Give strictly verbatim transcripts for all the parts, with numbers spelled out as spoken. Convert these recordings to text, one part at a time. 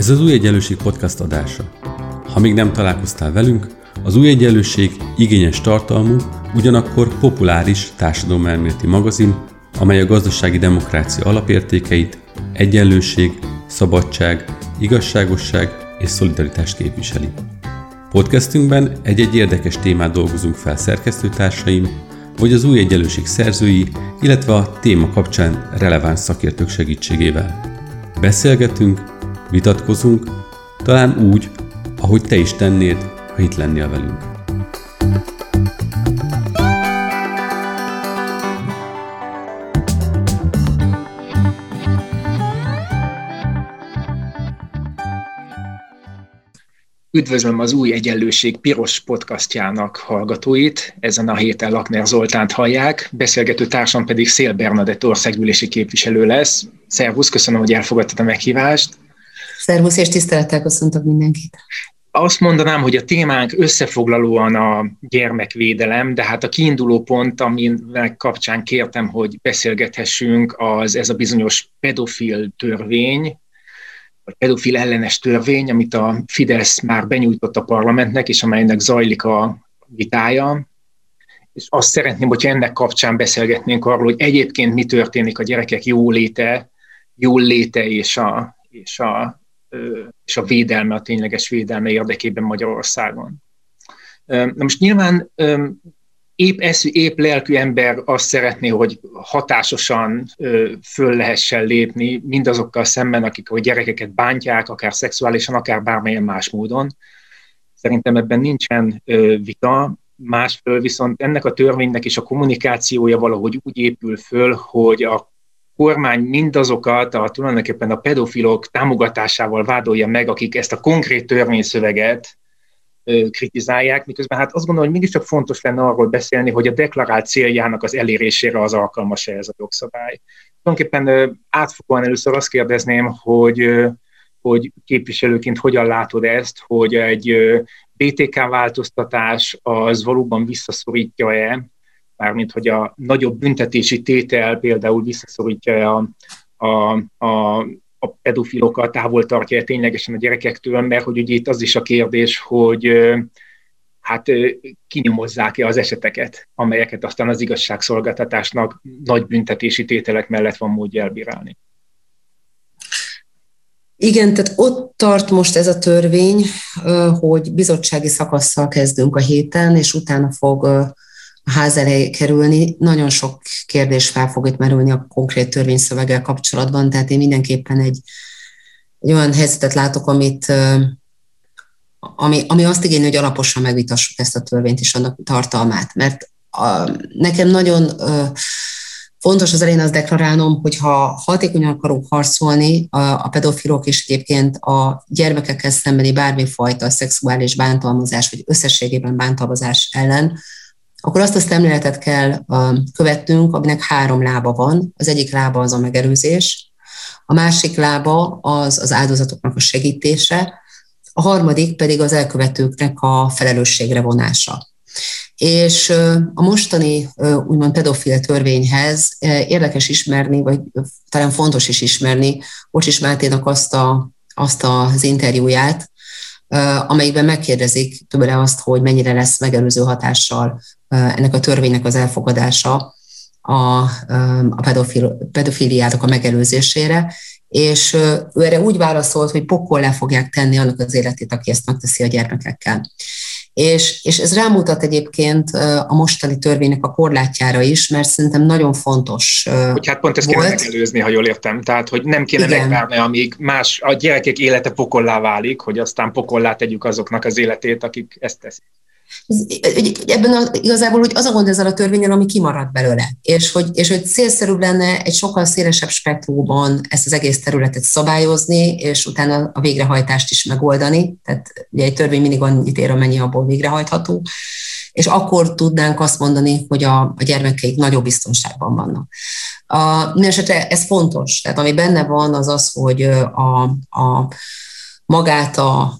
Ez az Új Egyenlőség podcast adása. Ha még nem találkoztál velünk, az Új Egyenlőség igényes tartalmú, ugyanakkor populáris társadalomelméleti magazin, amely a gazdasági demokrácia alapértékeit, egyenlőség, szabadság, igazságosság és szolidaritást képviseli. Podcastünkben egy-egy érdekes témát dolgozunk fel szerkesztőtársaim, vagy az Új Egyenlőség szerzői, illetve a téma kapcsán releváns szakértők segítségével. Beszélgetünk, vitatkozunk, talán úgy, ahogy te is tennéd, ha itt lennél velünk. Üdvözlöm az Új Egyenlőség piros podcastjának hallgatóit. Ezen a héten Lakner Zoltánt hallják, beszélgető társam pedig Szél Bernadett országgyűlési képviselő lesz. Szervusz, köszönöm, hogy elfogadtad a meghívást. Szervusz, és tisztelettel köszöntök mindenkit. Azt mondanám, hogy a témánk összefoglalóan a gyermekvédelem, de hát a kiinduló pont, aminek kapcsán kértem, hogy beszélgethessünk, az ez a bizonyos pedofil törvény, vagy pedofil ellenes törvény, amit a Fidesz már benyújtott a parlamentnek, és amelynek zajlik a vitája. És azt szeretném, hogyha ennek kapcsán beszélgetnénk arról, hogy egyébként mi történik a gyerekek jóléte, jól léte és a, és a, és a védelme, a tényleges védelme érdekében Magyarországon. Na most nyilván épp eszű, épp lelkű ember azt szeretné, hogy hatásosan föl lehessen lépni mindazokkal szemben, akik a gyerekeket bántják, akár szexuálisan, akár bármilyen más módon. Szerintem ebben nincsen vita. Másfelől viszont ennek a törvénynek is a kommunikációja valahogy úgy épül föl, hogy a kormány mindazokat a, tulajdonképpen a pedofilok támogatásával vádolja meg, akik ezt a konkrét törvényszöveget kritizálják, miközben hát azt gondolom, hogy mégiscsak fontos lenne arról beszélni, hogy a deklarált céljának az elérésére az alkalmas-e ez a jogszabály. Tulajdonképpen átfogóan először azt kérdezném, hogy, hogy képviselőként hogyan látod ezt, hogy egy bé té ká változtatás az valóban visszaszorítja-e, mármint hogy a nagyobb büntetési tétel például visszaszorítja a, a, a a pedofilokat távol tartja ténylegesen a gyerekektől, mert hogy ugye itt az is a kérdés, hogy hát kinyomozzák-e az eseteket, amelyeket aztán az igazságszolgáltatásnak nagy büntetési tételek mellett van módja elbírálni. Igen, tehát ott tart most ez a törvény, hogy bizottsági szakasszal kezdünk a héten, és utána fog a ház elé kerülni. Nagyon sok kérdés fel fog itt merülni a konkrét törvényszöveggel kapcsolatban, tehát én mindenképpen egy, egy olyan helyzetet látok, amit, ami, ami azt igényli, hogy alaposan megvitassuk ezt a törvényt és annak tartalmát. Mert a, nekem nagyon fontos az elején azt deklarálnom, hogy ha hatékonyan akarunk harcolni a, a pedofilok és egyébként a gyermekekkel szembeni bármifajta szexuális bántalmazás, vagy összességében bántalmazás ellen, akkor azt a szemléletet kell követnünk, aminek három lába van. Az egyik lába az a megelőzés, a másik lába az az áldozatoknak a segítése, a harmadik pedig az elkövetőknek a felelősségre vonása. És a mostani úgymond pedofil törvényhez érdekes ismerni, vagy talán fontos is ismerni Bocsis Máténak azt, a, azt az interjúját, amelyikben megkérdezik tőle azt, hogy mennyire lesz megelőző hatással ennek a törvénynek az elfogadása a, a pedofil, pedofiliának a megelőzésére, és ő erre úgy válaszolt, hogy pokollá fogják tenni annak az életét, aki ezt megteszi a gyermekekkel. És, és ez rámutat egyébként a mostani törvénynek a korlátjára is, mert szerintem nagyon fontos. Hogy hát pont ezt volt. Kéne megelőzni, ha jól értem. Tehát, hogy nem kéne Igen. megvárni, amíg más, a gyerekek élete pokollá válik, hogy aztán pokollá tegyük azoknak az életét, akik ezt teszik. Ebben a, igazából hogy az a gond ezzel a törvényel, ami kimarad belőle, és hogy, és hogy célszerűbb lenne egy sokkal szélesebb spektrumban ezt az egész területet szabályozni, és utána a végrehajtást is megoldani. Tehát ugye egy törvény mindig annyit ér, amennyi abból végrehajtható, és akkor tudnánk azt mondani, hogy a, a gyermekeik nagyobb biztonságban vannak. Mindenesetre ez fontos, tehát ami benne van, az az, hogy a, a magát a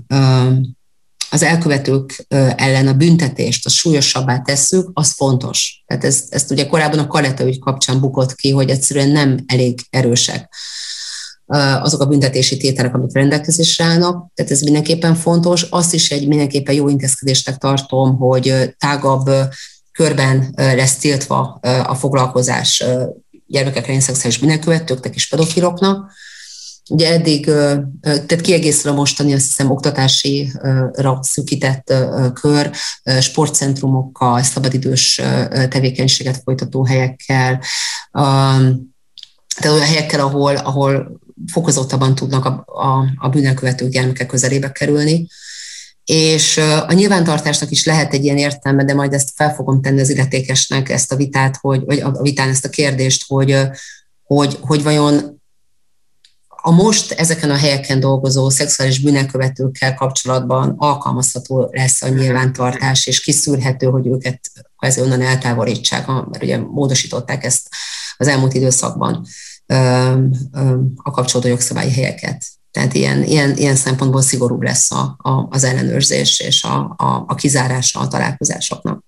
az elkövetők ellen a büntetést, a súlyosabbá tesszük, az fontos. Tehát ezt, ezt ugye korábban a Kaleta ügy kapcsán bukott ki, hogy egyszerűen nem elég erősek azok a büntetési tételek, amik rendelkezésre állnak, tehát ez mindenképpen fontos. Azt is egy mindenképpen jó intézkedésnek tartom, hogy tágabb körben lesz tiltva a foglalkozás gyermekekre elleni szexuális bűnelkövetőknek és pedofiloknak. Ugye eddig, tehát kiegészül a mostani, azt hiszem, oktatásira szűkített kör, sportcentrumokkal, szabadidős tevékenységet folytató helyekkel, tehát olyan helyekkel, ahol, ahol fokozottabban tudnak a, a, a bűnelkövetők gyermekek közelébe kerülni. És a nyilvántartásnak is lehet egy ilyen értelme, de majd ezt fel fogom tenni az illetékesnek, ezt a vitát, hogy, vagy a vitán ezt a kérdést, hogy, hogy, hogy vajon a most ezeken a helyeken dolgozó szexuális bűnelkövetőkkel kapcsolatban alkalmazható lesz a nyilvántartás, és kiszűrhető, hogy őket kvázi onnan eltávolítsák, mert ugye módosították ezt az elmúlt időszakban a kapcsolódó jogszabályi helyeket. Tehát ilyen, ilyen, ilyen szempontból szigorúbb lesz a, a, az ellenőrzés és a, a, a kizárása a találkozásoknak.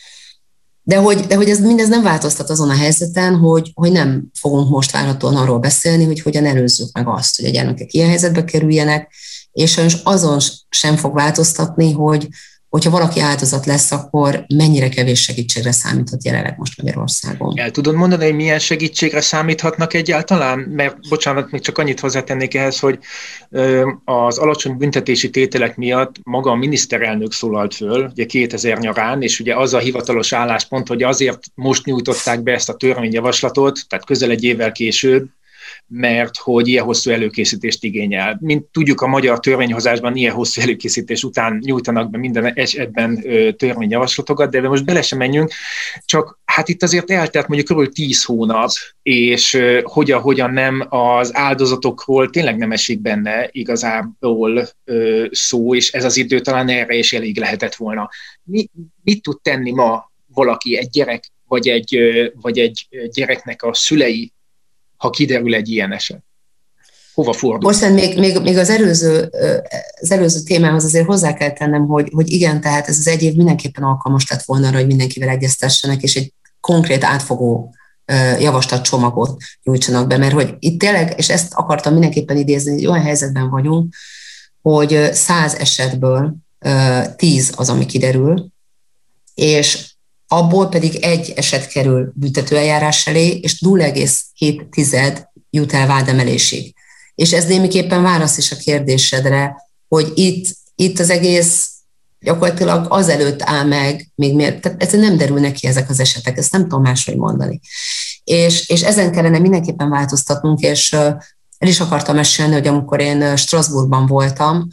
De hogy, de hogy ez mindez nem változtat azon a helyzeten, hogy, hogy nem fogunk most várhatóan arról beszélni, hogy hogyan előzzük meg azt, hogy a gyermekek ilyen helyzetbe kerüljenek, és sajnos azon sem fog változtatni, hogy hogyha valaki áldozat lesz, akkor mennyire kevés segítségre számíthat jelenleg most Magyarországon. El tudod mondani, hogy milyen segítségre számíthatnak egyáltalán? Mert bocsánat, még csak annyit hozzátennék ehhez, hogy az alacsony büntetési tételek miatt maga a miniszterelnök szólalt föl, ugye kétezer nyarán, és ugye az a hivatalos álláspont, hogy azért most nyújtották be ezt a törvényjavaslatot, tehát közel egy évvel később, mert hogy ilyen hosszú előkészítést igényel. Mint tudjuk, a magyar törvényhozásban ilyen hosszú előkészítés után nyújtanak be minden esetben törvényjavaslatokat, de most bele sem menjünk, csak hát itt azért eltelt mondjuk kb. tíz hónap, és hogyan, hogyan nem az áldozatokról tényleg nem esik benne igazából szó, és ez az idő talán erre is elég lehetett volna. Mi, mit tud tenni ma valaki, egy gyerek, vagy egy, vagy egy gyereknek a szülei, ha kiderül egy ilyen eset? Hova fordul? Most még, még, még az, előző, az előző témához azért hozzá kell tennem, hogy, hogy igen, tehát ez az egy év mindenképpen alkalmas lett volna arra, hogy mindenkivel egyeztessenek, és egy konkrét átfogó javaslatcsomagot nyújtsanak be, mert hogy itt tényleg, és ezt akartam mindenképpen idézni, hogy olyan helyzetben vagyunk, hogy száz esetből tíz az, ami kiderül, és abból pedig egy eset kerül büntetőeljárás elé, és nulla egész hét jut el vádemelésig. És ez némiképpen válasz is a kérdésedre, hogy itt, itt az egész gyakorlatilag azelőtt áll meg, még miért, tehát egyszerűen nem derülnek ki ezek az esetek, ezt nem tudom máshogy mondani. És, és ezen kellene mindenképpen változtatnunk, és el is akartam mesélni, hogy amikor én Strasbourgban voltam,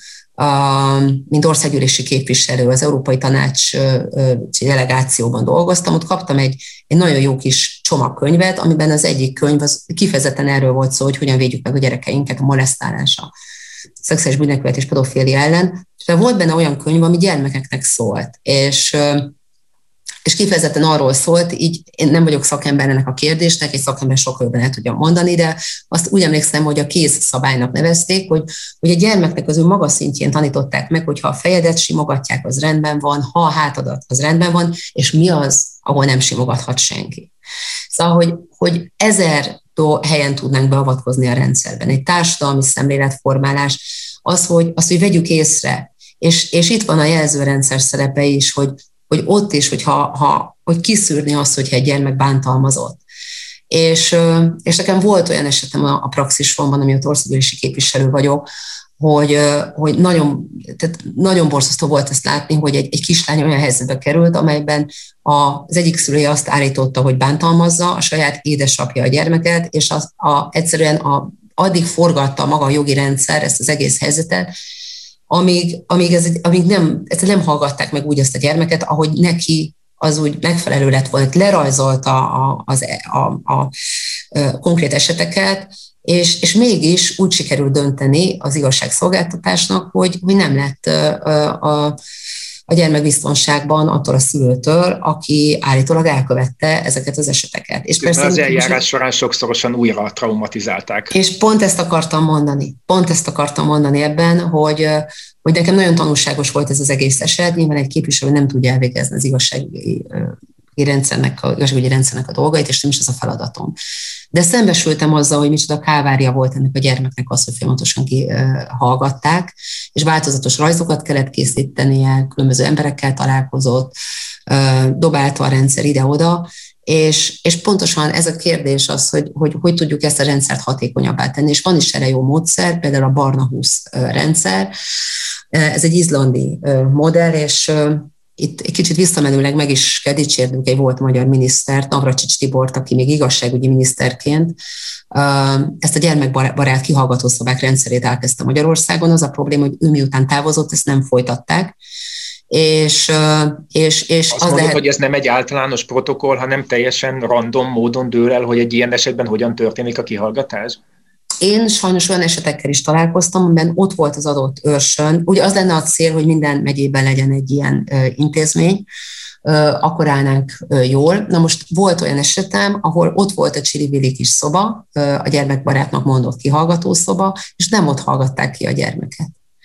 mint országgyűlési képviselő, az Európai Tanács delegációban dolgoztam, ott kaptam egy, egy nagyon jó kis csomagkönyvet, amiben az egyik könyv az kifejezetten erről volt szó, hogy hogyan védjük meg a gyerekeinket a molesztálása, szexuális bűnelkövetés, pedofília ellen. És volt benne olyan könyv, ami gyermekeknek szólt, és és kifejezetten arról szólt, így én nem vagyok szakember ennek a kérdésnek, egy szakember sokkal jobban el tudja mondani, de azt úgy emlékszem, hogy a kéz szabálynak nevezték, hogy, hogy a gyermeknek az ő magas szintjén tanították meg, hogy ha a fejedet simogatják, az rendben van, ha a hátadat, az rendben van, és mi az, ahol nem simogathat senki. Szóval, hogy, hogy ezer helyen tudnánk beavatkozni a rendszerben. Egy társadalmi szemléletformálás, az, hogy, az, hogy vegyük észre, és, és itt van a jelzőrendszer szerepe is, hogy hogy ott is, hogy, ha, ha, hogy kiszűrni azt, hogyha egy gyermek bántalmazott. És, és nekem volt olyan esetem a, a praxisomban, amióta országgyűlési képviselő vagyok, hogy, hogy nagyon, tehát nagyon borzasztó volt ezt látni, hogy egy, egy kislány olyan helyzetbe került, amelyben az egyik szülője azt állította, hogy bántalmazza a saját édesapja a gyermeket, és az, a, egyszerűen a, addig forgatta maga a jogi rendszer ezt az egész helyzetet, amíg, amíg, ez, amíg nem, nem hallgatták meg úgy azt a gyermeket, ahogy neki az úgy megfelelő lett volna, lerajzolta a, az, a, a, a konkrét eseteket, és, és mégis úgy sikerült dönteni az igazságszolgáltatásnak, hogy, hogy nem lett a, a, a gyermek biztonságban attól a szülőtől, aki állítólag elkövette ezeket az eseteket. És persze az eljárás során sokszorosan újra traumatizálták. És pont ezt akartam mondani, pont ezt akartam mondani ebben, hogy, hogy nekem nagyon tanulságos volt ez az egész eset, nyilván egy képviselő nem tudja elvégezni az igazságügyi rendszernek, a igazságügyi rendszernek a dolgait, és nem is ez a feladatom. De szembesültem azzal, hogy micsoda kávária volt ennek a gyermeknek az, hogy folyamatosan kihallgatták, és változatos rajzokat kellett készítenie, különböző emberekkel találkozott, dobálta a rendszer ide-oda, és, és pontosan ez a kérdés az, hogy, hogy hogy tudjuk ezt a rendszert hatékonyabbá tenni, és van is erre jó módszer, például a Barna húsz rendszer, ez egy izlandi modell, és itt egy kicsit visszamenőleg meg is kell dicsérnünk egy volt magyar minisztert, Navracsics Tibort, aki még igazságügyi miniszterként ezt a gyermekbarát kihallgatószobák rendszerét elkezdte Magyarországon. Az a probléma, hogy ő miután távozott, ezt nem folytatták. És, és, és Azt az mondod, lehet... hogy ez nem egy általános protokoll, hanem teljesen random módon dől el, hogy egy ilyen esetben hogyan történik a kihallgatás? Én sajnos olyan esetekkel is találkoztam, amiben ott volt az adott őrsön. Ugye az lenne a cél, hogy minden megyében legyen egy ilyen ö, intézmény, ö, akkor állnánk ö, jól. Na most volt olyan esetem, ahol ott volt a csili-vili kis szoba, ö, a gyermekbarátnak mondott kihallgató szoba, és nem ott hallgatták ki a gyermeket.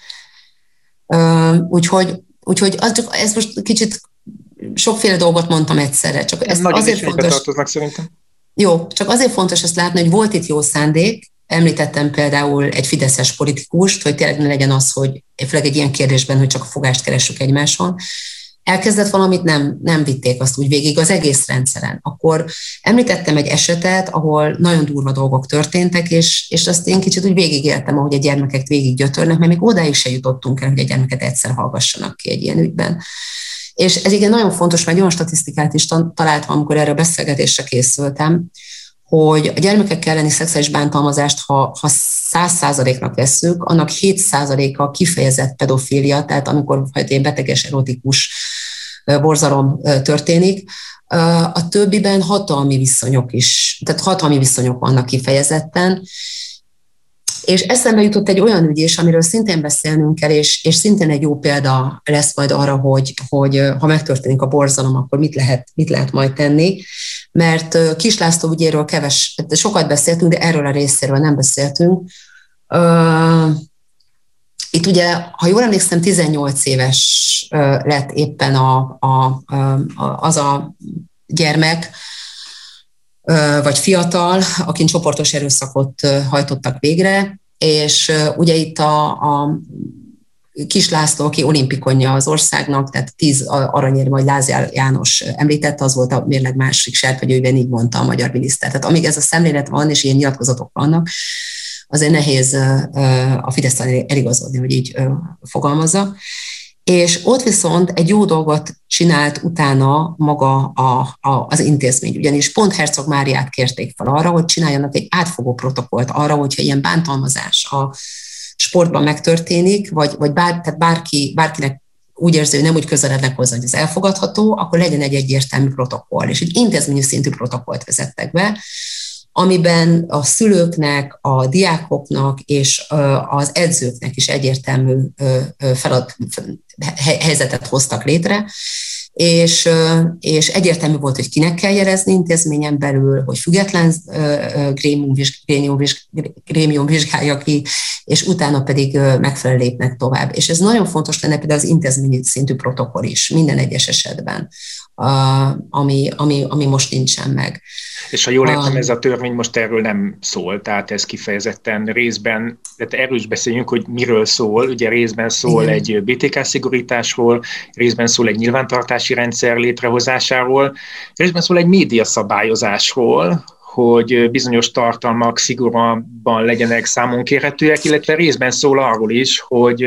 Ö, úgyhogy, úgyhogy az csak, ez most kicsit sokféle dolgot mondtam egyszerre. Csak ez azért fontos, tartoznak szerintem. Jó, csak azért fontos ezt látni, hogy volt itt jó szándék. Említettem például egy fideszes politikust, hogy tényleg ne legyen az, hogy főleg egy ilyen kérdésben, hogy csak a fogást keressük egymáson. Elkezdett valamit, nem, nem vitték azt úgy végig az egész rendszeren. Akkor említettem egy esetet, ahol nagyon durva dolgok történtek, és, és azt én kicsit úgy végigéltem, ahogy a gyermekek végig gyötörnek, mert még odáig se jutottunk el, hogy a gyermeket egyszer hallgassanak ki egy ilyen ügyben. És ez igen nagyon fontos, mert olyan statisztikát is találtam, amikor erre a beszélgetésre készültem, hogy a gyermekek elleni szexuális bántalmazást, ha, ha száz százaléknak vesszük, annak hét százaléka kifejezett pedofília, tehát amikor egy beteges, erotikus borzalom történik, a többiben hatalmi viszonyok is, tehát hatalmi viszonyok vannak kifejezetten, és eszembe jutott egy olyan ügy is, amiről szintén beszélnünk kell, és, és szintén egy jó példa lesz majd arra, hogy, hogy ha megtörténik a borzalom, akkor mit lehet, mit lehet majd tenni. Mert Kiss László ügyéről keves, sokat beszéltünk, de erről a részéről nem beszéltünk. Itt ugye, ha jól emlékszem, tizennyolc éves lett éppen a, a, a, az a gyermek, vagy fiatal, akin csoportos erőszakot hajtottak végre, és ugye itt a, a Kiss László, aki olimpikonja az országnak, tehát tíz aranyérme, vagy Láz János említette, az volt a mérleg másik serpenyőben, így mondta a magyar miniszter. Tehát amíg ez a szemlélet van, és ilyen nyilatkozatok vannak, azért nehéz a Fidesz eligazodni, hogy így fogalmazza. És ott viszont egy jó dolgot csinált utána maga a, a, az intézmény, ugyanis pont Herzog Máriát kérték fel arra, hogy csináljanak egy átfogó protokollt arra, hogyha ilyen bántalmazás a sportban megtörténik, vagy, vagy bár, tehát bárki, bárkinek úgy érzi, hogy nem úgy közelednek hozzá, hogy ez elfogadható, akkor legyen egy egyértelmű protokoll. És egy intézményi szintű protokollt vezettek be, amiben a szülőknek, a diákoknak és az edzőknek is egyértelmű feladat, helyzetet hoztak létre, és, és egyértelmű volt, hogy kinek kell jelezni intézményen belül, hogy független grémium, grémium, grémium vizsgálja ki, és utána pedig megfelelő lépnek tovább. És ez nagyon fontos lenne például az intézményi szintű protokoll is, minden egyes esetben, ami, ami, ami most nincsen meg. És ha jól értem, ez a törvény most erről nem szól, tehát ez kifejezetten részben, tehát erről is beszéljünk, hogy miről szól, ugye részben szól igen. egy bé té ká szigorításról, részben szól egy nyilvántartási rendszer létrehozásáról, részben szól egy médiaszabályozásról, hogy bizonyos tartalmak szigorúbban legyenek számon kérhetőek, illetve részben szól arról is, hogy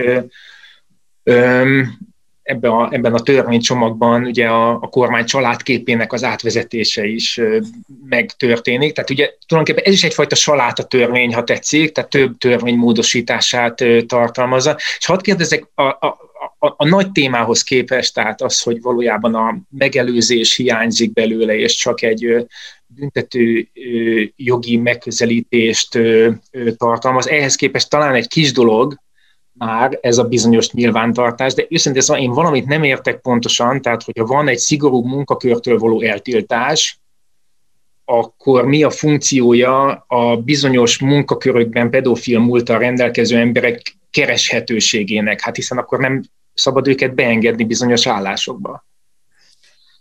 öm, Ebben a, ebben a törvénycsomagban ugye a, a kormány családképének az átvezetése is megtörténik. Tehát ugye tulajdonképpen ez is egyfajta saláta törvény, ha tetszik, tehát több törvény módosítását tartalmazza. És hadd kérdezzek a, a, a, a nagy témához képest, tehát az, hogy valójában a megelőzés hiányzik belőle, és csak egy büntető jogi megközelítést tartalmaz. Ehhez képest talán egy kis dolog, már ez a bizonyos nyilvántartás, de őszintén szóval én valamit nem értek pontosan, tehát hogyha van egy szigorú munkakörtől való eltiltás, akkor mi a funkciója a bizonyos munkakörökben pedofil múlttal rendelkező emberek kereshetőségének? Hát hiszen akkor nem szabad őket beengedni bizonyos állásokba.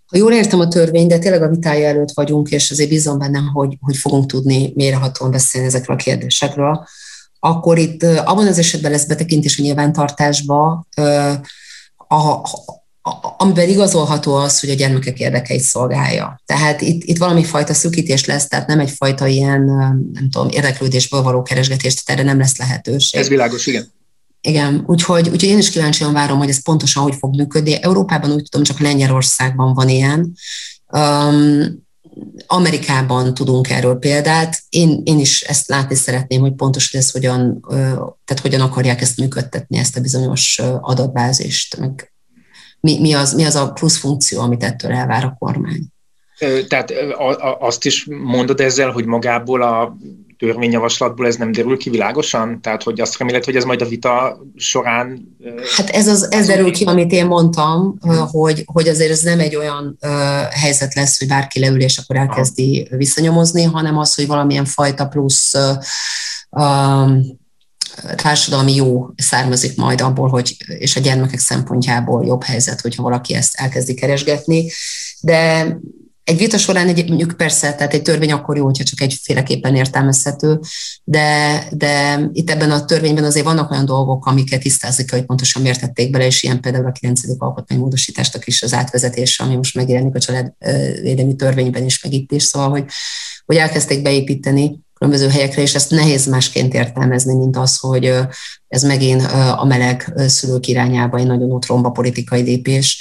Ha jól értem a törvényt, de tényleg a vitája előtt vagyunk, és azért bízom benne, hogy, hogy fogunk tudni mélyrehatóan beszélni ezekről a kérdésekről, akkor itt abban az esetben lesz betekintés a nyilvántartásba, a, a, a, amiben igazolható az, hogy a gyermekek érdekeit szolgálja. Tehát itt, itt valami fajta szűkítés lesz, tehát nem egyfajta ilyen, nem tudom, érdeklődésből való keresgetés, tehát erre nem lesz lehetőség. Ez világos, igen. Igen, úgyhogy, úgyhogy én is kíváncsian várom, hogy ez pontosan hogy fog működni. Európában úgy tudom, csak Lengyelországban van ilyen. Um, Amerikában tudunk erről példát. Én, én is ezt látni szeretném, hogy pontosan ez hogyan, tehát hogyan akarják ezt működtetni, ezt a bizonyos adatbázist, meg mi, mi, az, mi az a plusz funkció, amit ettől elvár a kormány. Tehát azt is mondod ezzel, hogy magából a törvényjavaslatból ez nem derül ki világosan? Tehát, hogy azt reméled, hogy ez majd a vita során... Hát ez, az, ez derül ki, amit én mondtam, hmm. hogy, hogy azért ez nem egy olyan uh, helyzet lesz, hogy bárki leül, és akkor elkezdi Aha. visszanyomozni, hanem az, hogy valamilyen fajta plusz uh, um, társadalmi jó származik majd abból, hogy, és a gyermekek szempontjából jobb helyzet, hogyha valaki ezt elkezdi keresgetni. De egy vita során egy, mondjuk persze, tehát egy törvény akkor jó, hogyha csak egyféleképpen értelmezhető, de, de itt ebben a törvényben azért vannak olyan dolgok, amiket tisztázni kell, hogy pontosan miért tették bele, és ilyen például a kilencedik alkotmánymódosításnak is az átvezetése, ami most megjelenik a családvédelmi törvényben is, meg itt is, szóval, hogy, hogy elkezdték beépíteni különböző helyekre, és ezt nehéz másként értelmezni, mint az, hogy ez megint a meleg szülők irányába egy nagyon otromba politikai lépés.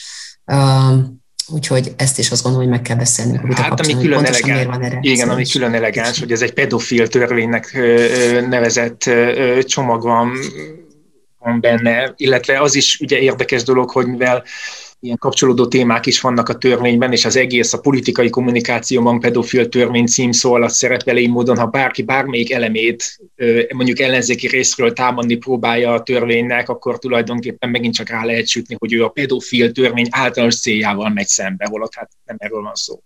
Úgyhogy ezt is azt gondolom, hogy meg kell beszélnünk. Hát, ami külön elegáns, igen, ami külön elegáns, hogy ez egy pedofil törvénynek nevezett csomag van, van benne, illetve az is ugye érdekes dolog, hogy mivel ilyen kapcsolódó témák is vannak a törvényben, és az egész a politikai kommunikációban pedofil törvény címszó alatt szerepel így módon, ha bárki bármelyik elemét mondjuk ellenzéki részről támadni próbálja a törvénynek, akkor tulajdonképpen megint csak rá lehet sütni, hogy ő a pedofil törvény általános céljával megy szembe, holott hát nem erről van szó.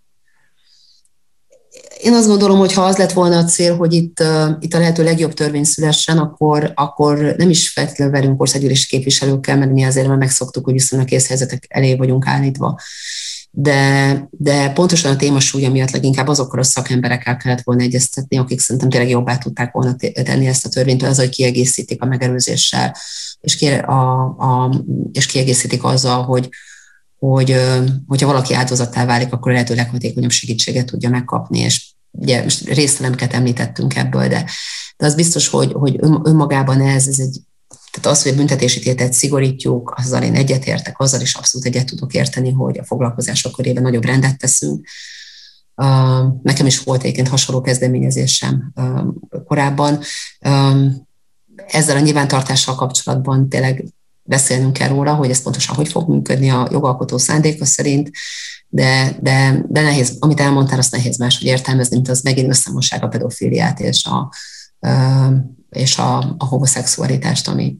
Én azt gondolom, hogy ha az lett volna a cél, hogy itt, uh, itt a lehető legjobb törvény szülessen, akkor, akkor nem is feltétlenül velünk országgyűlési képviselőkkel, mert mi azért már megszoktuk, hogy viszonylag készhelyzetek elé vagyunk állítva. De, de pontosan a témasúlya miatt leginkább azokkal a szakemberekkel kellett volna egyeztetni, akik szerintem tényleg jobbá tudták volna tenni ezt a törvényt, az, hogy kiegészítik a megelőzéssel, és, ki, a, a, és kiegészítik azzal, hogy hogy hogyha valaki áldozattá válik, akkor a lehető leghatékonyabb segítséget tudja megkapni, és ugye most résztelemeket említettünk ebből, de, de az biztos, hogy, hogy önmagában ez, ez egy, tehát az, hogy a büntetési tételt szigorítjuk, azzal én egyetértek, azzal is abszolút egyet tudok érteni, hogy a foglalkozások körében nagyobb rendet teszünk. Nekem is volt egyébként hasonló kezdeményezésem korábban. Ezzel a nyilvántartással kapcsolatban tényleg beszélnünk kell róla, hogy ez pontosan hogy fog működni a jogalkotó szándéka szerint, de, de, de nehéz, amit elmondtál, azt nehéz máshogy értelmezni, mint az megint összemosság a pedofiliát és a, és a, a homoszexualitást, ami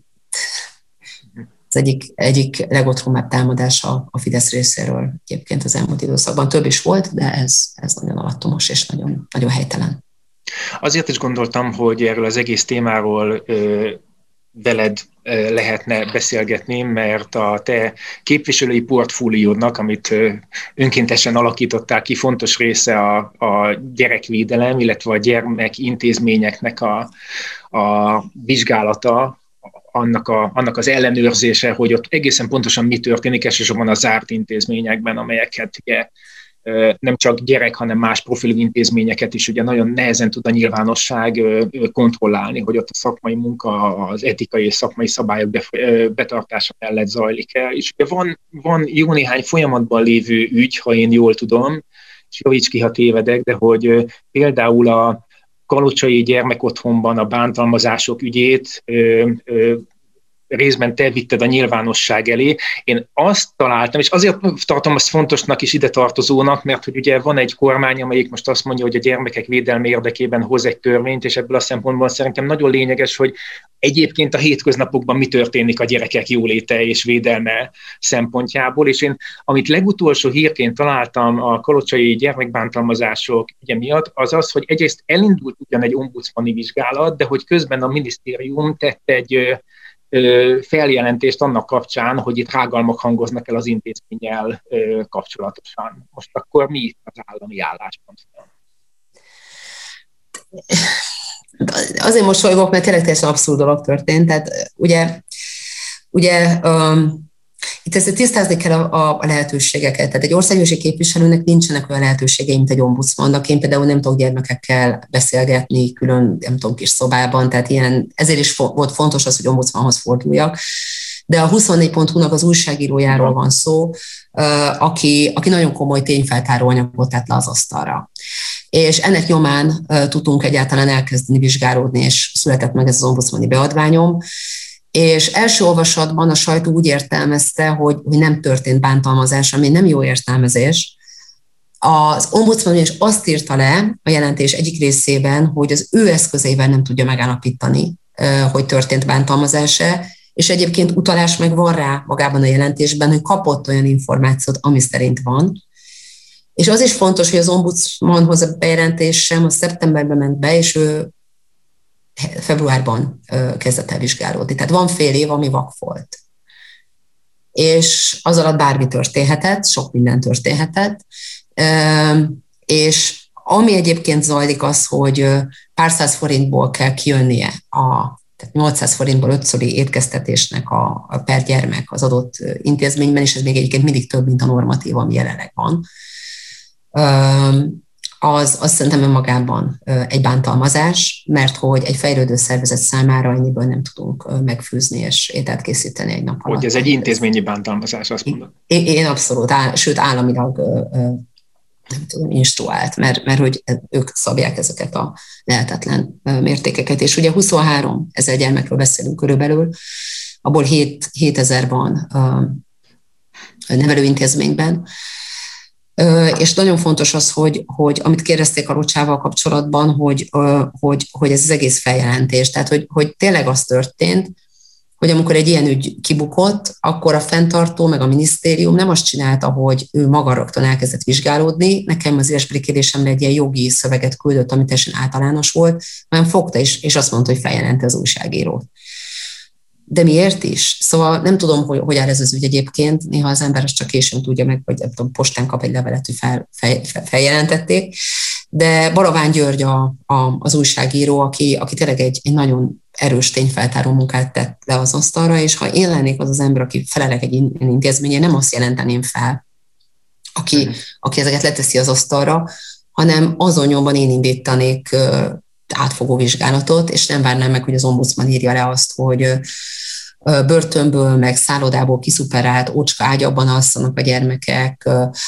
az egyik, egyik legotromább támadása a Fidesz részéről egyébként az elmúlt időszakban. Több is volt, de ez, ez nagyon alattomos és nagyon, nagyon helytelen. Azért is gondoltam, hogy erről az egész témáról ö, veled lehetne beszélgetni, mert a te képviselői portfóliódnak, amit önkéntesen alakítottál ki, fontos része a, a gyerekvédelem, illetve a gyermekintézményeknek a, a vizsgálata, annak, a, annak az ellenőrzése, hogy ott egészen pontosan mi történik, elsősorban a zárt intézményekben, amelyeket ugye nem csak gyerek, hanem más profilú intézményeket is ugye nagyon nehezen tud a nyilvánosság kontrollálni, hogy ott a szakmai munka, az etikai és szakmai szabályok betartása mellett zajlik el. És van, van jó néhány folyamatban lévő ügy, ha én jól tudom, és javíts ki, ha tévedek, de hogy például a kalocsai gyermekotthonban a bántalmazások ügyét részben te vitted a nyilvánosság elé. Én azt találtam, és azért tartom azt fontosnak és ide tartozónak, mert hogy ugye van egy kormány, amelyik most azt mondja, hogy a gyermekek védelme érdekében hoz egy törvényt, és ebből a szempontból szerintem nagyon lényeges, hogy egyébként a hétköznapokban mi történik a gyerekek jóléte és védelme szempontjából, és én, amit legutolsó hírként találtam a kalocsai gyermekbántalmazások ügye miatt, az az, hogy egyrészt elindult ugyan egy ombudsmani vizsgálat, de hogy közben a minisztérium tett egy feljelentést annak kapcsán, hogy itt rágalmak hangoznak el az intézménnyel kapcsolatosan. Most akkor mi itt az állami álláspont? Azért mosolygok, mert tényleg teljesen abszurd dolog történt. Tehát ugye, ugye um, itt ezt tisztázni kell a, a lehetőségeket. Tehát egy országgyűlési képviselőnek nincsenek olyan lehetőségei, mint egy ombudsmannak. Én például nem tudok gyermekekkel beszélgetni külön, nem tudom, kis szobában, tehát ilyen, ezért is volt fontos az, hogy ombudsmanhoz forduljak. De a huszonnégy pont hu-nak az újságírójáról van szó, aki, aki nagyon komoly tényfeltáró anyagot tett le az asztalra. És ennek nyomán tudtunk egyáltalán elkezdeni vizsgálódni, és született meg ez az ombudsmani beadványom. És első olvasatban a sajtó úgy értelmezte, hogy, hogy nem történt bántalmazás, ami nem jó értelmezés. Az ombudsman is azt írta le a jelentés egyik részében, hogy az ő eszközeivel nem tudja megállapítani, hogy történt bántalmazás-e, és egyébként utalás meg van rá magában a jelentésben, hogy kapott olyan információt, ami szerint van. És az is fontos, hogy az ombudsmanhoz a bejelentés sem a szeptemberben ment be, és ő februárban kezdett el vizsgálódni. Tehát van fél év, ami vak volt. És az alatt bármi történhetett, sok minden történhetett. És ami egyébként zajlik az, hogy pár száz forintból kell kijönnie a tehát nyolcszáz forintból ötszöri étkeztetésnek a, a per gyermek az adott intézményben, és ez még egyébként mindig több, mint a normatív, ami jelenleg van. Az, az szerintem önmagában egy bántalmazás, mert hogy egy fejlődő szervezet számára ennyiből nem tudunk megfőzni és ételt készíteni egy nap alatt. Hogy ez egy intézményi bántalmazás, azt mondod? Én, én abszolút, áll, sőt államilag nem tudom, instruált, mert, mert hogy ők szabják ezeket a lehetetlen mértékeket. És ugye huszonhárom ezer gyermekről beszélünk körülbelül, abból hétezer van nevelőintézményben. És nagyon fontos az, hogy, hogy amit kérdezték a Rocsával kapcsolatban, hogy, hogy, hogy ez az egész feljelentés, tehát hogy, hogy tényleg az történt, hogy amikor egy ilyen ügy kibukott, akkor a fenntartó, meg a minisztérium nem azt csinálta, hogy ő maga rögtön elkezdett vizsgálódni, nekem az írásbeli kérdésemre egy ilyen jogi szöveget küldött, ami teljesen általános volt, hanem fogta is, és azt mondta, hogy feljelente az újságírót. De miért is? Szóval nem tudom, hogy, hogy áll ez az ügy egyébként, néha az ember azt csak későn tudja meg, vagy nem tudom, postán kap egy levelet, hogy fel, fel, fel, feljelentették, de Baraván György a, a, az újságíró, aki, aki tényleg egy, egy nagyon erős tényfeltáró munkát tett le az asztalra, és ha én lennék az az ember, aki felelek egy intézményen, nem azt jelenteném fel, aki, aki ezeket leteszi az asztalra, hanem azon nyomban én indítanék átfogó vizsgálatot, és nem várnám meg, hogy az ombudsman írja le azt, hogy börtönből, meg szállodából kiszuperált ócska ágyakban alszanak a gyermekek,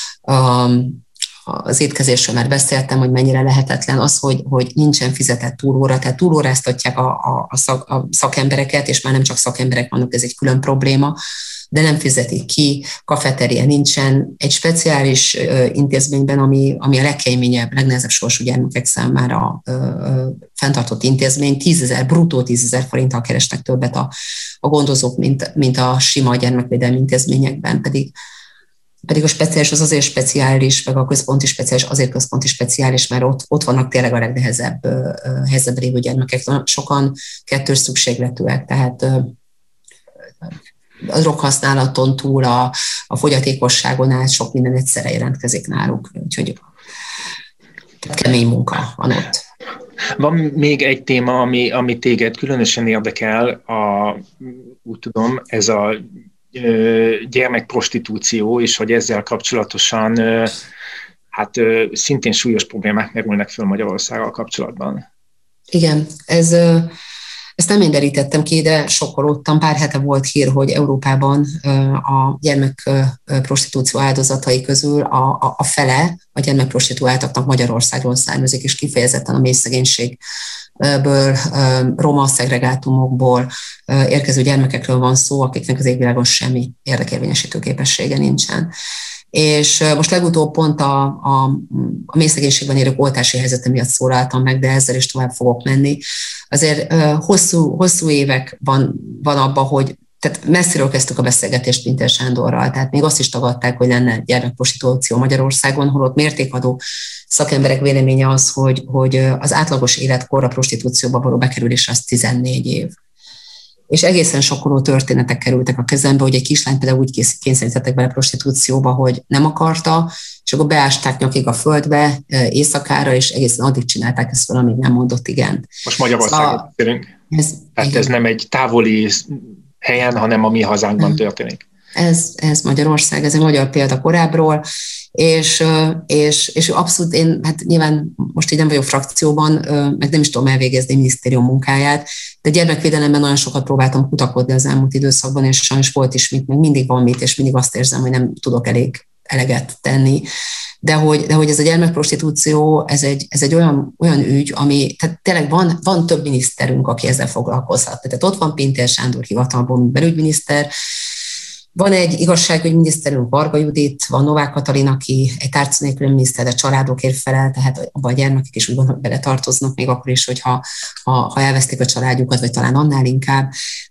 az étkezésről már beszéltem, hogy mennyire lehetetlen az, hogy, hogy nincsen fizetett túlóra, tehát túlóráztatják a, a, a, szak, a szakembereket, és már nem csak szakemberek vannak, ez egy külön probléma, de nem fizetik ki, kafeteria nincsen. Egy speciális ö, intézményben, ami, ami a legkeményebb, legnehezebb sorsú gyermekek számára ö, ö, fenntartott intézmény, tízezer, bruttó tízezer forinttal keresnek többet a, a gondozók, mint, mint a sima gyermekvédelmi intézményekben, pedig pedig a speciális az azért speciális, meg a központi speciális azért központi speciális, mert ott, ott vannak tényleg a legnehezebb uh, helyzetben lévő gyermekek. Sokan kettős szükségletűek, tehát uh, a droghasználaton túl a, a fogyatékosságon át sok minden egyszerre jelentkezik náluk, úgyhogy kemény munka van ott. Van még egy téma, ami, ami téged különösen érdekel, a, úgy tudom, ez a gyermekprostitúció, és hogy ezzel kapcsolatosan hát szintén súlyos problémák merülnek föl Magyarországgal kapcsolatban. Igen, ez, ezt nem én derítettem ki, de sokkolódtam. Pár hete volt hír, hogy Európában a gyermekprostitúció áldozatai közül a, a, a fele a gyermekprostituáltaknak Magyarországról származik, és kifejezetten a mély szegénység ből, roma szegregátumokból érkező gyermekekről van szó, akiknek az égvilágon semmi érdekérvényesítő képessége nincsen. És most legutóbb pont a, a, a mély szegénységben élők oltási helyzete miatt szólaltam meg, de ezzel is tovább fogok menni. Azért hosszú, hosszú évek van, van abban, hogy tehát messziről kezdtük a beszélgetést Pintér Sándorral, tehát még azt is tagadták, hogy lenne gyermekprostitúció Magyarországon, holott mértékadó szakemberek véleménye az, hogy, hogy az átlagos életkor a prostitúcióba való bekerülés az tizennégy év. és egészen sokkoló történetek kerültek a kezembe, hogy egy kislány például úgy kényszerítettek bele prostitúcióba, hogy nem akarta, és akkor beásták nyakig a földbe éjszakára, és egészen addig csinálták ezt fel, amíg nem mondott igen. Most Magyarországon beszélünk. Ez, Tehát ez nem egy távoli helyen, hanem a mi hazánkban nem. történik. Ez, ez Magyarország, ez egy magyar példa korábbról, és, és, és abszolút én, hát nyilván most így nem vagyok frakcióban, meg nem is tudom elvégezni a minisztérium munkáját, de gyermekvédelemben nagyon sokat próbáltam kutakodni az elmúlt időszakban, és sajnos volt is mit, meg mindig van mit, és mindig azt érzem, hogy nem tudok elég eleget tenni. De hogy, de hogy ez a gyermekprostitúció, ez egy, ez egy olyan, olyan ügy, ami, tehát tényleg van, van több miniszterünk, aki ezzel foglalkozhat. Tehát ott van Pintér Sándor hivatalból, mint belügyminiszter, van egy igazságügyminiszterünk, Varga Judit, van Novák Katalin, aki egy tárca nélküli miniszter, de családokért felel, tehát abban a gyermekek is úgy van, hogy bele tartoznak, még akkor is, hogyha ha, ha elvesztik a családjukat, vagy talán annál inkább.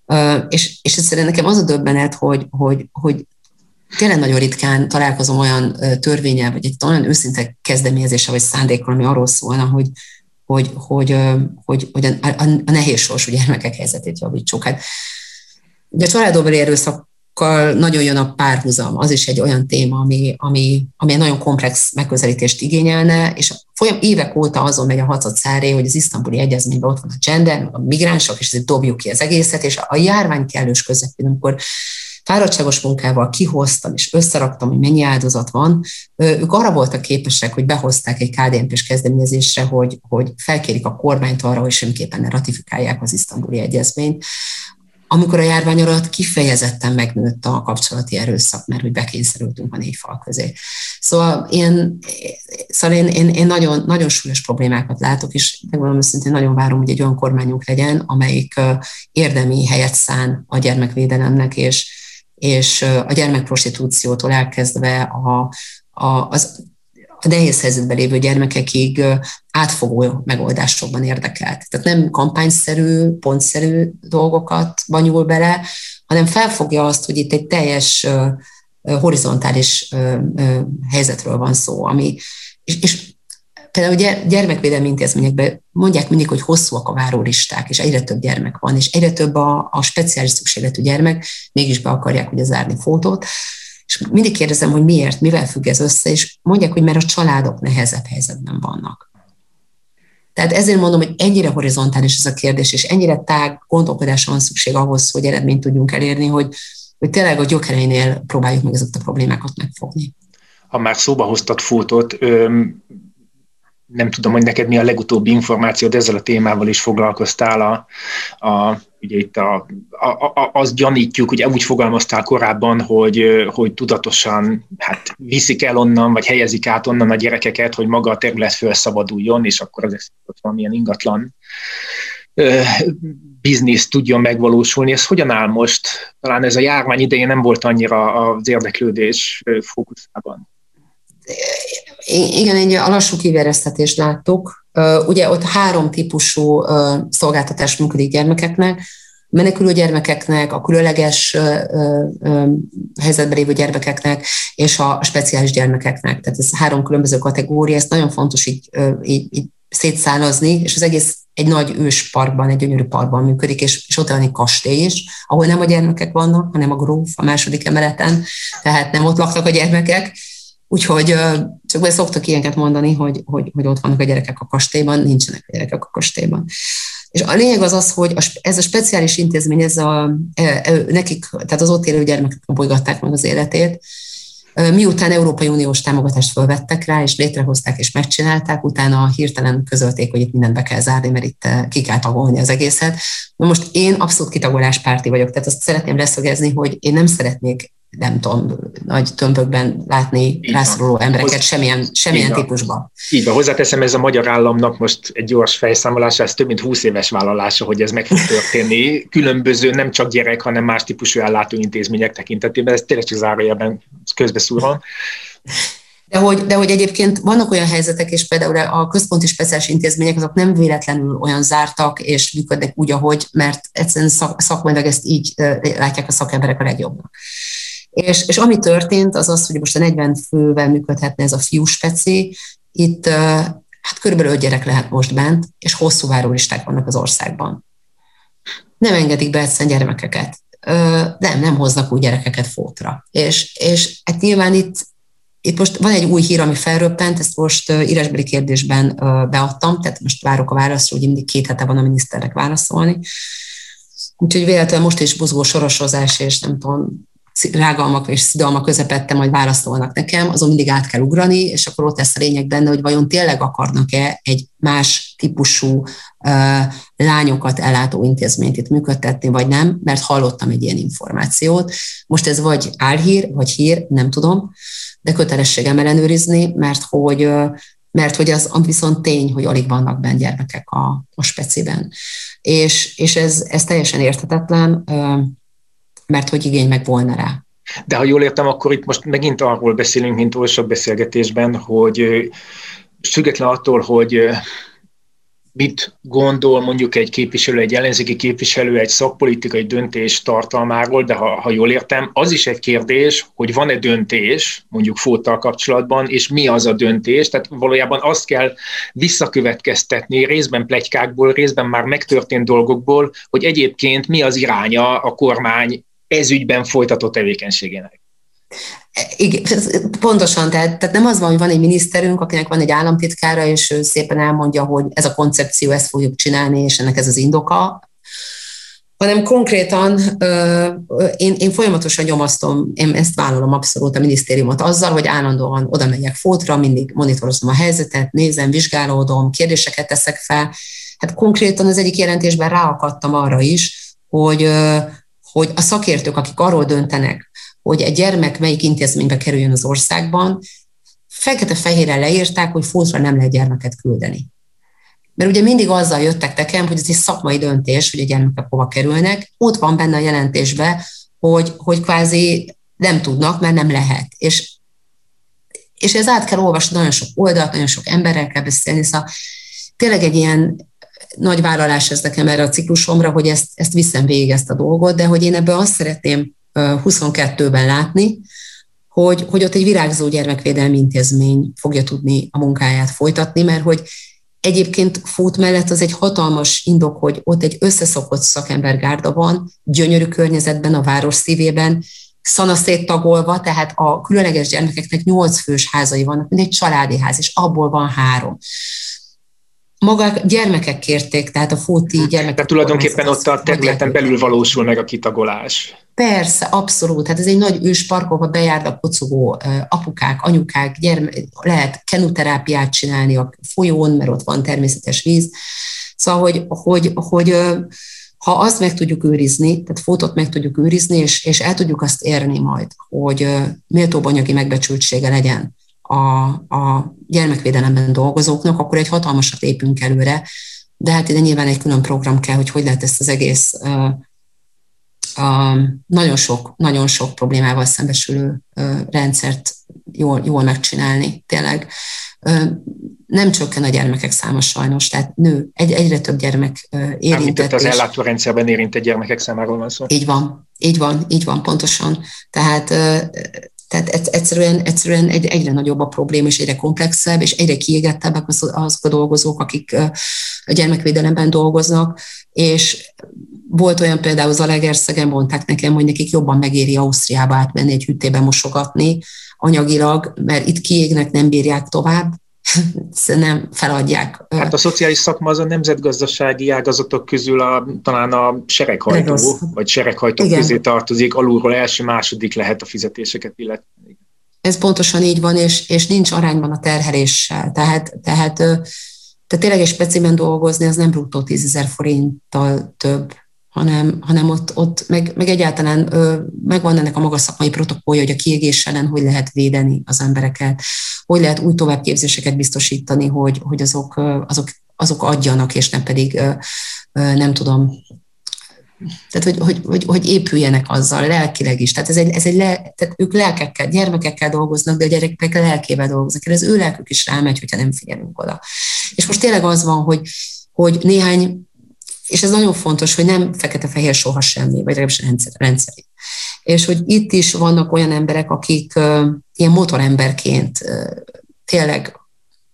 És, és egyszerűen nekem az a döbbenet, hogy, hogy, hogy tényleg nagyon ritkán találkozom olyan törvénnyel, vagy egy olyan őszinte kezdeményezése, vagy szándékkal, ami arról szólna, hogy, hogy, hogy, hogy, hogy a, a, a nehéz sorsú gyermekek helyzetét javítsuk. Hát, ugye a családon erőszak nagyon jön a párhuzam, az is egy olyan téma, ami, ami, ami egy nagyon komplex megközelítést igényelne, és folyam évek óta azon megy a hatszadszáré, hogy az isztambuli egyezményben ott van a gender, a migránsok, és ezért dobjuk ki az egészet, és a járvány kellős közepén, amikor fáradtságos munkával kihoztam, és összeraktam, hogy mennyi áldozat van, ők arra voltak képesek, hogy behozták egy ká dé en pés kezdeményezésre, hogy, hogy felkérik a kormányt arra, hogy semmiképpen ne ratifikálják az isztambuli egyezményt, amikor a járvány alatt kifejezetten megnőtt a kapcsolati erőszak, mert hogy bekényszerültünk a négy fal közé. Szóval én, szóval én, én, én nagyon, nagyon súlyos problémákat látok, és megmondom őszintén, nagyon várom, hogy egy olyan kormányunk legyen, amelyik érdemi helyet szán a gyermekvédelemnek, és, és a gyermekprostitúciótól elkezdve a, a, az a nehéz helyzetben lévő gyermekekig átfogó megoldásokban érdekelt. Tehát nem kampányszerű, pontszerű dolgokat nyúl bele, hanem felfogja azt, hogy itt egy teljes horizontális helyzetről van szó, ami, és, és például gyermekvédelmi intézményekben mondják mindig, hogy hosszúak a várólisták, és egyre több gyermek van, és egyre több a, a speciális szükségletű gyermek, mégis be akarják ugye zárni fotót. És mindig kérdezem, hogy miért, mivel függ ez össze, és mondják, hogy mert a családok nehezebb helyzetben vannak. Tehát ezért mondom, hogy ennyire horizontális ez a kérdés, és ennyire tág gondolkodásra van szükség ahhoz, hogy eredményt tudjunk elérni, hogy, hogy tényleg a gyökereinél próbáljuk meg ezeket a problémákat megfogni. Ha már szóba hoztad Fótot, öm, nem tudom, hogy neked mi a legutóbbi információd, ezzel a témával is foglalkoztál, a, a, ugye itt a, a, a, azt gyanítjuk, ugye úgy fogalmaztál korábban, hogy, hogy tudatosan hát viszik el onnan, vagy helyezik át onnan a gyerekeket, hogy maga a terület felszabaduljon, és akkor az ott valamilyen ingatlan ö, biznisz tudjon megvalósulni. Ez hogyan áll most? Talán ez a járvány idején nem volt annyira az érdeklődés fókuszában. Igen, egy lassú kiveresztetést láttuk. Ugye ott három típusú szolgáltatás működik gyermekeknek, menekülő gyermekeknek, a különleges helyzetben lévő gyermekeknek és a speciális gyermekeknek. Tehát ez három különböző kategória, ezt nagyon fontos így, így, így szétszálazni, és az egész egy nagy ős parkban, egy gyönyörű parkban működik, és, és ott van egy kastély is, ahol nem a gyermekek vannak, hanem a gróf a második emeleten, tehát nem ott laknak a gyermekek. Úgyhogy csak be szoktak ilyeneket mondani, hogy, hogy, hogy ott vannak a gyerekek a kastélyban, nincsenek a gyerekek a kastélyban. És a lényeg az az, hogy ez a speciális intézmény, ez a, nekik, tehát az ott élő gyermekeknek bolygatták meg az életét, miután Európai Uniós támogatást felvettek rá, és létrehozták, és megcsinálták, utána hirtelen közölték, hogy itt mindent be kell zárni, mert itt ki kell tagolni az egészet. Na most én abszolút kitagoláspárti vagyok, tehát azt szeretném leszögezni, hogy én nem szeretnék, nem tudom, nagy tömbökben látni rászoruló embereket semmilyen, semmilyen típusban. Így van, hozzáteszem, ez a magyar államnak most egy gyors fejszámolása, ez több mint húsz éves vállalása, hogy ez meg fog történni. Különböző, nem csak gyerek, hanem más típusú ellátóintézmények tekintetében, ez tényleg csak zárójelben közbeszúrom. De hogy, de hogy egyébként vannak olyan helyzetek, és például a központi speciális intézmények azok nem véletlenül olyan zártak, és működnek úgy, ahogy, mert egyszerűen szak, szakmailag ezt így látják a szakemberek a legjobbnak. És, és ami történt, az az, hogy most a negyven fővel működhetne ez a fiú speci, itt hát körülbelül öt gyerek lehet most bent, és hosszú várólisták vannak az országban. nem engedik be egyszerűen gyermekeket. Nem, nem hoznak új gyerekeket Fótra. És, és hát nyilván itt, itt most van egy új hír, ami felröppent, ezt most írásbeli kérdésben beadtam, tehát most várok a válaszra, hogy mindig két hete van a miniszternek válaszolni. Úgyhogy véletlenül most is buzgó sorosozás, és nem tudom, rágalmak és szidalmak közepette majd válaszolnak nekem, azon mindig át kell ugrani, és akkor ott lesz a lényeg benne, hogy vajon tényleg akarnak-e egy más típusú uh, lányokat ellátó intézményt itt működtetni, vagy nem, mert hallottam egy ilyen információt. Most ez vagy álhír, vagy hír, nem tudom, de kötelességem ellenőrizni, mert hogy, uh, mert hogy az viszont tény, hogy alig vannak benne gyermekek a, a speciben. És, és ez, ez teljesen érthetetlen, uh, mert hogy igény meg volna rá. De ha jól értem, akkor itt most megint arról beszélünk, mint oly sok beszélgetésben, hogy független attól, hogy mit gondol mondjuk egy képviselő, egy ellenzéki képviselő egy szakpolitikai döntés tartalmáról, de ha, ha jól értem, az is egy kérdés, hogy van-e döntés mondjuk Fóttal kapcsolatban, és mi az a döntés, tehát valójában azt kell visszakövetkeztetni részben pletykákból, részben már megtörtént dolgokból, hogy egyébként mi az iránya a kormány ez ügyben folytatott tevékenységének. Igen, pontosan, tehát, tehát nem az van, hogy van egy miniszterünk, akinek van egy államtitkára, és ő szépen elmondja, hogy ez a koncepció, ezt fogjuk csinálni, és ennek ez az indoka, hanem konkrétan én, én folyamatosan nyomasztom, én ezt vállalom abszolút a minisztériumot azzal, hogy állandóan oda megyek Fótra, mindig monitorozom a helyzetet, nézem, vizsgálódom, kérdéseket teszek fel. Hát konkrétan az egyik jelentésben ráakadtam arra is, hogy, hogy a szakértők, akik arról döntenek, hogy egy gyermek melyik intézménybe kerüljön az országban, fekete-fehérrel leírták, hogy Fótra nem lehet gyermeket küldeni. Mert ugye mindig azzal jöttek nekem, hogy ez egy szakmai döntés, hogy a gyermekek hova kerülnek. Ott van benne a jelentésben, hogy, hogy kvázi nem tudnak, mert nem lehet. És, és ez át kell olvasni nagyon sok oldalt, nagyon sok emberrel kell beszélni. Szóval tényleg egy ilyen nagy vállalás ez nekem erre a ciklusomra, hogy ezt, ezt viszem végig ezt a dolgot, de hogy én ebből azt szeretném huszonkettőben látni, hogy, hogy ott egy virágzó gyermekvédelmi intézmény fogja tudni a munkáját folytatni, mert hogy egyébként Fót mellett az egy hatalmas indok, hogy ott egy összeszokott szakembergárda van, gyönyörű környezetben, a város szívében, szanaszét tagolva, tehát a különleges gyermekeknek nyolc fős házai vannak, mint egy családi ház, és abból van három. Maga gyermekek kérték, tehát a fóti gyermekek. Tehát tulajdonképpen ott a területen belül valósul meg a kitagolás. Persze, abszolút. Hát ez egy nagy őspark, ahol bejárnak kocogó apukák, anyukák, gyerme- lehet kenuterápiát csinálni a folyón, mert ott van természetes víz. Szóval, hogy, hogy, hogy ha azt meg tudjuk őrizni, tehát Fótot meg tudjuk őrizni, és, és el tudjuk azt érni majd, hogy méltóbb anyagi megbecsültsége legyen a, a gyermekvédelemben dolgozóknak, akkor egy hatalmasat lépünk előre, de hát ide nyilván egy külön program kell, hogy hogy lehet ezt az egész uh, uh, nagyon sok, nagyon sok problémával szembesülő uh, rendszert jól, jól megcsinálni. Tényleg uh, nem csökken a gyermekek száma sajnos, tehát nő, egy, egyre több gyermek uh, érintett. Az ellátórendszerben érintett gyermekek számáról van szó. Így van, így van, így van, pontosan. Tehát uh, Tehát egyszerűen, egyszerűen egyre nagyobb a probléma, és egyre komplexebb, és egyre kiégettebbek azok a dolgozók, akik a gyermekvédelemben dolgoznak, és volt olyan például Zalaegerszegen, mondták nekem, hogy nekik jobban megéri Ausztriába átmenni egy hűtébe mosogatni anyagilag, mert itt kiégnek, nem bírják tovább, nem feladják. Hát a szociális szakma az a nemzetgazdasági ágazatok közül a, talán a sereghajtó, Regosz. vagy sereghajtó Igen. közé tartozik, alulról első-második lehet a fizetéseket illetni. Ez pontosan így van, és, és nincs arányban a terheléssel. Tehát, tehát, tehát tényleg egy specimen dolgozni, az nem bruttó tízezer forinttal több, hanem, hanem ott, ott meg, meg egyáltalán ö, megvan ennek a magas szakmai protokollja, hogy a kiégés ellen hogy lehet védeni az embereket, hogy lehet új továbbképzéseket biztosítani, hogy, hogy azok, azok, azok adjanak, és nem pedig ö, ö, nem tudom, tehát hogy, hogy, hogy, hogy épüljenek azzal lelkileg is. Tehát, ez egy, ez egy le, tehát ők lelkekkel, gyermekekkel dolgoznak, de a gyerekek lelkével dolgoznak, és az ő lelkük is rámegy, hogyha nem figyelünk oda. És most tényleg az van, hogy, hogy néhány, és ez nagyon fontos, hogy nem fekete-fehér soha semmi, vagy legalábbis rendszeri. És hogy itt is vannak olyan emberek, akik uh, ilyen motoremberként uh, tényleg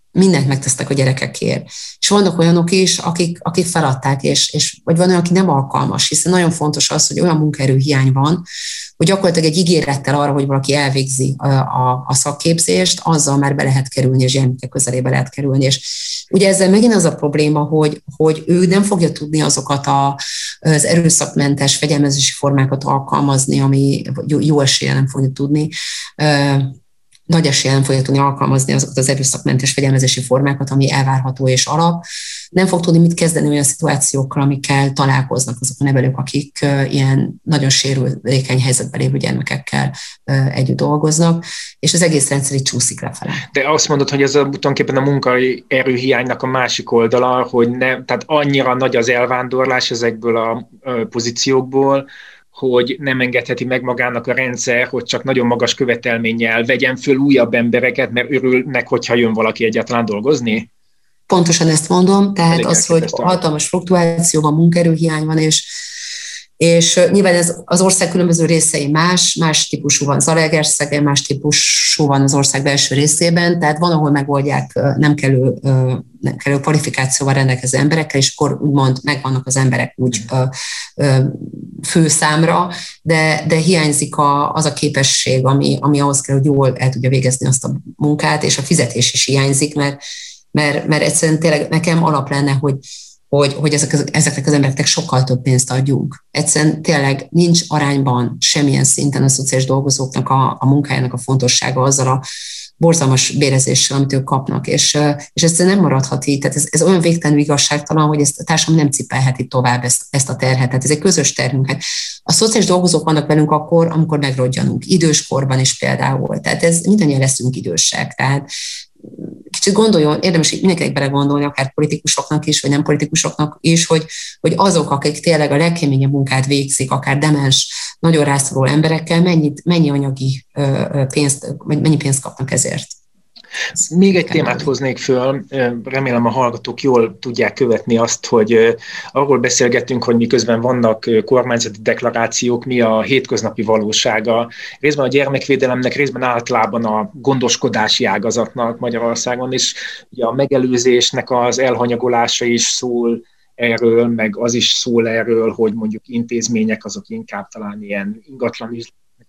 mindent megtesznek a gyerekekért. És vannak olyanok is, akik, akik feladták, és, és, vagy van olyan, aki nem alkalmas, hiszen nagyon fontos az, hogy olyan munkaerőhiány van, hogy gyakorlatilag egy ígérettel arra, hogy valaki elvégzi a, a, a szakképzést, azzal már be lehet kerülni, és gyermekek közelébe lehet kerülni. És ugye ezzel megint az a probléma, hogy, hogy ő nem fogja tudni azokat a, az erőszakmentes fegyelmezési formákat alkalmazni, ami jó, jó esélye nem fogja tudni, nagy eséllyel nem fogja tudni alkalmazni azokat az erőszakmentes fegyelmezési formákat, ami elvárható és alap. Nem fog tudni mit kezdeni olyan szituációkkal, amikkel találkoznak azok a nevelők, akik uh, ilyen nagyon sérülékeny helyzetben lévő gyermekekkel uh, együtt dolgoznak, és az egész rendszer így csúszik lefele. De azt mondod, hogy ez a, tulajdonképpen a munkaerőhiánynak a másik oldala, hogy ne, tehát annyira nagy az elvándorlás ezekből a, a pozíciókból, hogy nem engedheti meg magának a rendszer, hogy csak nagyon magas követelménnyel vegyen föl újabb embereket, mert örülnek, hogyha jön valaki egyáltalán dolgozni? Pontosan ezt mondom, tehát Elég az, hogy hatalmas fluktuáció van, munkaerőhiány van, és, és nyilván ez az ország különböző részei más, más típusú van Zalaegerszegen, más típusú van az ország belső részében, tehát van, ahol megoldják nem kellő, nem kellő kvalifikációval rendelkező emberekkel, és akkor úgymond megvannak az emberek úgy főszámra, de, de hiányzik a, az a képesség, ami, ami ahhoz kell, hogy jól el tudja végezni azt a munkát, és a fizetés is hiányzik, mert, mert, mert egyszerűen tényleg nekem alap lenne, hogy hogy, hogy ezek, ezeknek az embereknek sokkal több pénzt adjunk. Egyszerűen tényleg nincs arányban semmilyen szinten a szociális dolgozóknak a, a munkájának a fontossága azzal a borzalmas bérezéssel, amit ők kapnak, és, és ez nem maradhat így. Tehát ez, ez olyan végtelenül igazságtalan, hogy ezt a társadalom nem cipelheti tovább ezt, ezt a terhet. Tehát ez egy közös terhünk. Hát a szociális dolgozók vannak velünk akkor, amikor megrodjanunk. Időskorban is például. Tehát ez mindannyian leszünk idősek. Tehát kicsit gondoljon, érdemes mindenkinek belegondolni, akár politikusoknak is, vagy nem politikusoknak is, hogy, hogy azok, akik tényleg a legkeményebb munkát végzik, akár demens, nagyon rászoruló emberekkel, mennyit, mennyi anyagi pénzt, vagy mennyi pénzt kapnak ezért. Még egy témát hoznék föl, remélem a hallgatók jól tudják követni azt, hogy arról beszélgettünk, hogy miközben vannak kormányzati deklarációk, mi a hétköznapi valósága, részben a gyermekvédelemnek, részben általában a gondoskodási ágazatnak Magyarországon, és ugye a megelőzésnek az elhanyagolása is szól erről, meg az is szól erről, hogy mondjuk intézmények azok inkább talán ilyen ingatlan üzletnek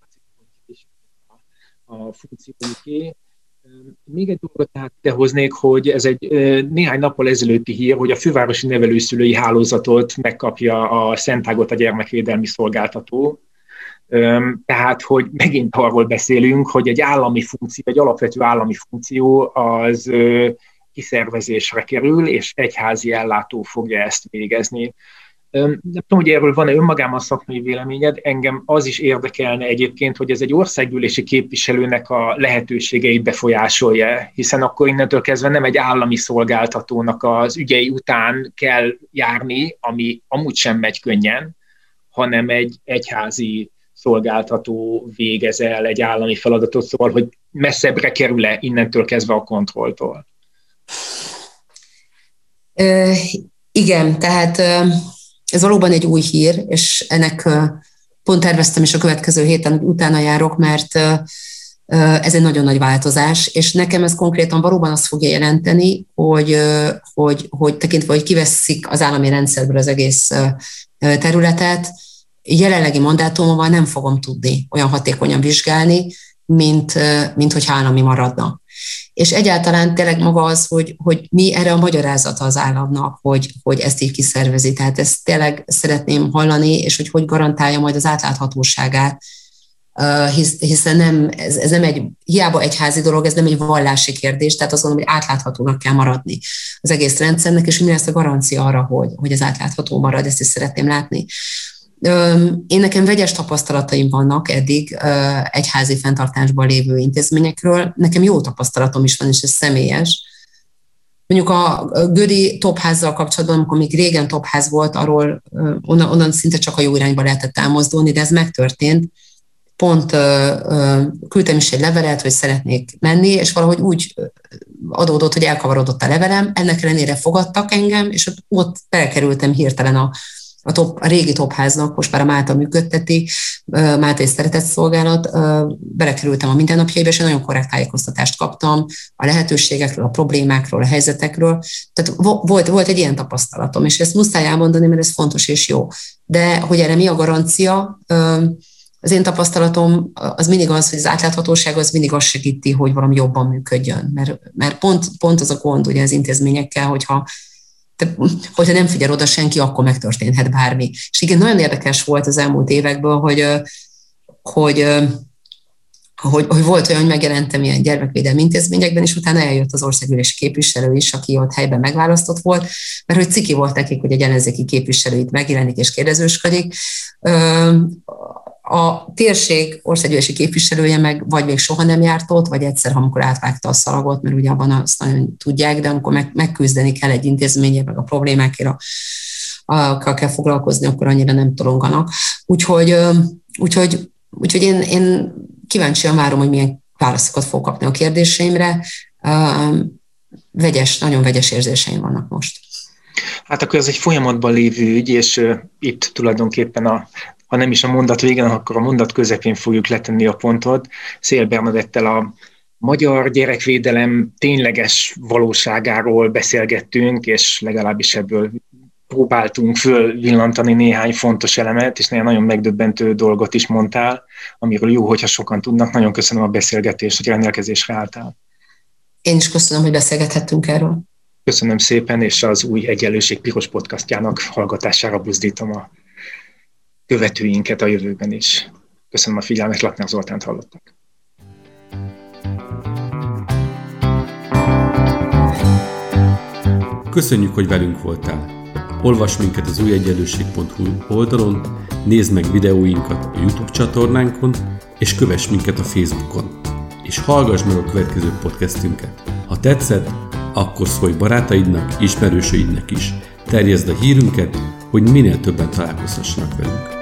a funkciójuké. Még egy dolgot tehát ide hoznék, hogy ez egy néhány nappal ezelőtti hír, hogy a fővárosi nevelőszülői hálózatot megkapja a Szentágot a gyermekvédelmi szolgáltató. Tehát, hogy megint arról beszélünk, hogy egy állami funkció, egy alapvető állami funkció az kiszervezésre kerül, és egyházi ellátó fogja ezt végezni. Nem tudom, hogy erről van-e önmagában szakmai véleményed, engem az is érdekelne egyébként, hogy ez egy országgyűlési képviselőnek a lehetőségeit befolyásolja, hiszen akkor innentől kezdve nem egy állami szolgáltatónak az ügyei után kell járni, ami amúgy sem megy könnyen, hanem egy egyházi szolgáltató végez el egy állami feladatot, szóval, hogy messzebbre kerül-e innentől kezdve a kontrolltól? Ö, igen, tehát... Ö... Ez valóban egy új hír, és ennek pont terveztem is a következő héten, hogy utána járok, mert ez egy nagyon nagy változás, és nekem ez konkrétan valóban azt fogja jelenteni, hogy, hogy, hogy tekintve, hogy kiveszik az állami rendszerből az egész területet, jelenlegi mandátumommal nem fogom tudni olyan hatékonyan vizsgálni, mint, mint hogyha állami maradna. És egyáltalán tényleg maga az, hogy, hogy mi erre a magyarázata az államnak, hogy, hogy ezt így kiszervezi. Tehát ezt tényleg szeretném hallani, és hogy hogy garantálja majd az átláthatóságát, hisz, hiszen nem, ez, ez nem egy, hiába egyházi dolog, ez nem egy vallási kérdés, tehát azt gondolom, hogy átláthatónak kell maradni az egész rendszernek, és mi lesz a garancia arra, hogy, hogy az átlátható marad, ezt is szeretném látni. Én nekem vegyes tapasztalataim vannak eddig egyházi fenntartásban lévő intézményekről. Nekem jó tapasztalatom is van, és ez személyes. Mondjuk a Gödi topházzal kapcsolatban, amikor még régen topház volt, arról onnan, onnan szinte csak a jó irányba lehetett elmozdulni, de ez megtörtént. Pont küldtem is egy levelet, hogy szeretnék menni, és valahogy úgy adódott, hogy elkavarodott a levelem. Ennek ellenére fogadtak engem, és ott, ott belkerültem hirtelen a a, top, a régi topháznak, most már a Málta működteti, Máltai Szeretett Szolgálat, belekerültem a mindennapjaiba, és nagyon korrekt tájékoztatást kaptam a lehetőségekről, a problémákról, a helyzetekről. Tehát volt, volt egy ilyen tapasztalatom, és ezt muszáj elmondani, mert ez fontos és jó. De hogy erre mi a garancia? Az én tapasztalatom az mindig az, hogy az átláthatóság az mindig azt segíti, hogy valami jobban működjön. Mert, mert pont, pont az a gond ugye az intézményekkel, hogyha, te, hogyha nem figyel oda senki, akkor megtörténhet bármi. És igen, nagyon érdekes volt az elmúlt évekből, hogy, hogy, hogy, hogy volt olyan, hogy megjelentem ilyen gyermekvédelmi intézményekben, és utána eljött az országgyűlési képviselő is, aki ott helyben megválasztott volt, mert hogy ciki volt nekik, hogy egy ellenzéki képviselő itt megjelenik és kérdezősködik. A térség országgyűlési képviselője meg vagy még soha nem járt ott, vagy egyszer, amikor átvágta a szalagot, mert ugye abban azt nagyon tudják, de amikor meg, megküzdeni kell egy intézménye, meg a problémákra a, kell foglalkozni, akkor annyira nem tolonganak. Úgyhogy, úgyhogy, úgyhogy én, én kíváncsian várom, hogy milyen válaszokat fog kapni a kérdéseimre. Vegyes, nagyon vegyes érzéseim vannak most. Hát akkor ez egy folyamatban lévő ügy, és uh, itt tulajdonképpen a ha nem is a mondat végén, akkor a mondat közepén fogjuk letenni a pontot. Szél Bernadettel a magyar gyerekvédelem tényleges valóságáról beszélgettünk, és legalábbis ebből próbáltunk fölvillantani néhány fontos elemet, és nagyon megdöbbentő dolgot is mondtál, amiről jó, hogyha sokan tudnak. Nagyon köszönöm a beszélgetést, hogy rendelkezésre álltál. Én is köszönöm, hogy beszélgethettünk erről. Köszönöm szépen, és az új Egyenlőség Piros podcastjának hallgatására buzdítom a követőinket a jövőben is. Köszönöm a figyelmet, Lakner Zoltánt hallottak. Köszönjük, hogy velünk voltál. Olvasd minket az új egyenlőség pont hu oldalon, nézd meg videóinkat a YouTube csatornánkon, és kövess minket a Facebookon. És hallgass meg a következő podcastünket. Ha tetszett, akkor szólj barátaidnak, ismerősöidnek is. Terjeszd a hírünket, hogy minél többen találkozhassanak velünk.